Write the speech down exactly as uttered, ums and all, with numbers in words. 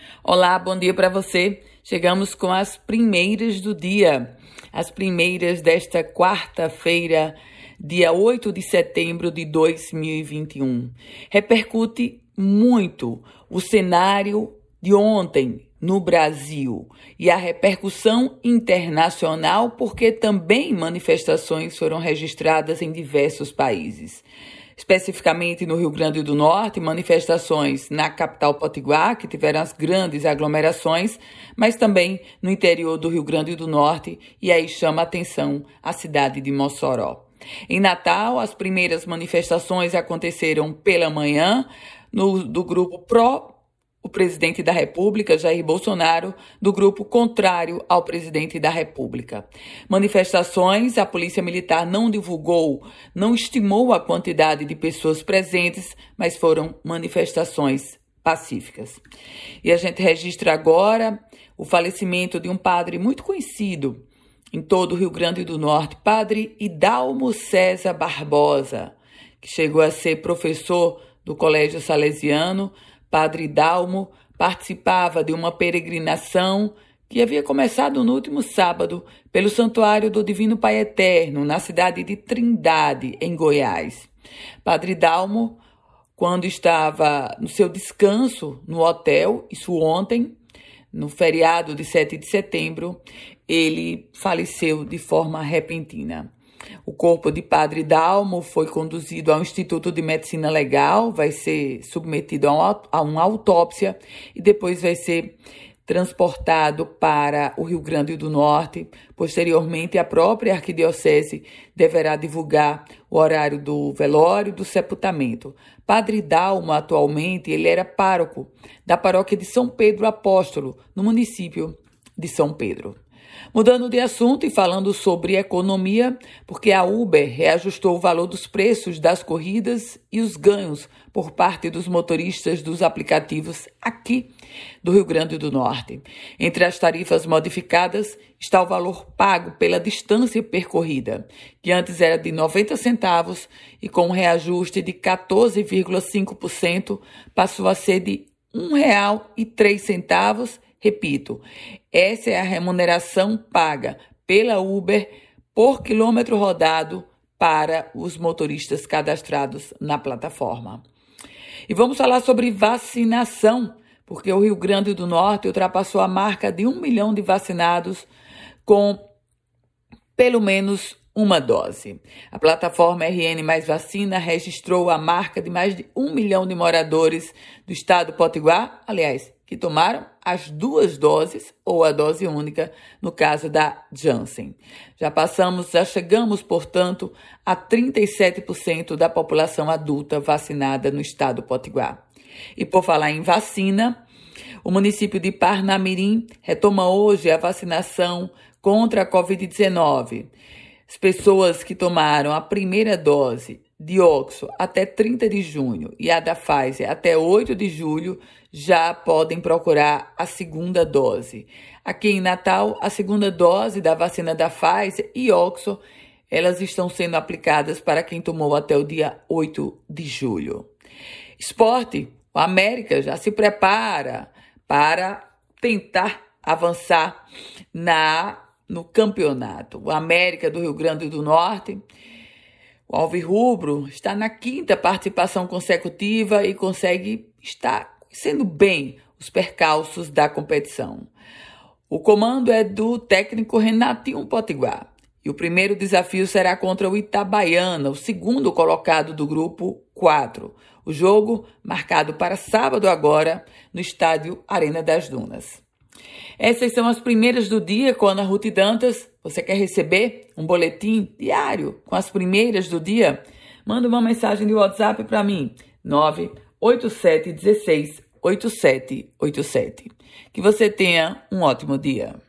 Olá, bom dia para você. Chegamos com as primeiras do dia. As primeiras desta quarta-feira, dia oito de setembro de dois mil e vinte e um. Repercute muito o cenário de ontem no Brasil e a repercussão internacional, porque também manifestações foram registradas em diversos países. Especificamente no Rio Grande do Norte, manifestações na capital Potiguar, que tiveram as grandes aglomerações, mas também no interior do Rio Grande do Norte, e aí chama a atenção a cidade de Mossoró. Em Natal, as primeiras manifestações aconteceram pela manhã no, do grupo pró o presidente da República, Jair Bolsonaro, do grupo contrário ao presidente da República. Manifestações, a Polícia Militar não divulgou, não estimou a quantidade de pessoas presentes, mas foram manifestações pacíficas. E a gente registra agora o falecimento de um padre muito conhecido em todo o Rio Grande do Norte, Padre Idalmo César Barbosa, que chegou a ser professor do Colégio Salesiano. Padre Idalmo participava de uma peregrinação que havia começado no último sábado pelo Santuário do Divino Pai Eterno, na cidade de Trindade, em Goiás. Padre Idalmo, quando estava no seu descanso no hotel, isso ontem, no feriado de sete de setembro, ele faleceu de forma repentina. O corpo de Padre Idalmo foi conduzido ao Instituto de Medicina Legal, vai ser submetido a uma autópsia e depois vai ser transportado para o Rio Grande do Norte. Posteriormente, a própria arquidiocese deverá divulgar o horário do velório e do sepultamento. Padre Idalmo, atualmente, ele era pároco da paróquia de São Pedro Apóstolo, no município de São Pedro. Mudando de assunto e falando sobre economia, porque a Uber reajustou o valor dos preços das corridas e os ganhos por parte dos motoristas dos aplicativos aqui do Rio Grande do Norte. Entre as tarifas modificadas está o valor pago pela distância percorrida, que antes era de noventa centavos e com um reajuste de quatorze vírgula cinco por cento passou a ser de um real e três centavos. Repito, essa é a remuneração paga pela Uber por quilômetro rodado para os motoristas cadastrados na plataforma. E vamos falar sobre vacinação, porque o Rio Grande do Norte ultrapassou a marca de um milhão de vacinados com pelo menos uma dose. A plataforma R N Mais Vacina registrou a marca de mais de um milhão de moradores do estado do Potiguar, aliás, que tomaram as duas doses ou a dose única, no caso da Janssen. Já passamos, já chegamos, portanto, a trinta e sete por cento da população adulta vacinada no estado do Potiguar. E por falar em vacina, o município de Parnamirim retoma hoje a vacinação contra a covid dezenove. As pessoas que tomaram a primeira dose de Oxford até trinta de junho e a da Pfizer até oito de julho já podem procurar a segunda dose. Aqui em Natal, a segunda dose da vacina da Pfizer e Oxford, elas estão sendo aplicadas para quem tomou até o dia oito de julho. Esporte, o América já se prepara para tentar avançar na, no campeonato. O América do Rio Grande do Norte, o Alvirrubro, está na quinta participação consecutiva e consegue estar sendo bem os percalços da competição. O comando é do técnico Renatinho Potiguar. E o primeiro desafio será contra o Itabaiana, o segundo colocado do grupo quatro. O jogo marcado para sábado agora no estádio Arena das Dunas. Essas são as primeiras do dia com Ana Ruth Dantas. Você quer receber um boletim diário com as primeiras do dia? Manda uma mensagem de WhatsApp para mim, nove oito sete um seis oito sete oito sete. Que você tenha um ótimo dia.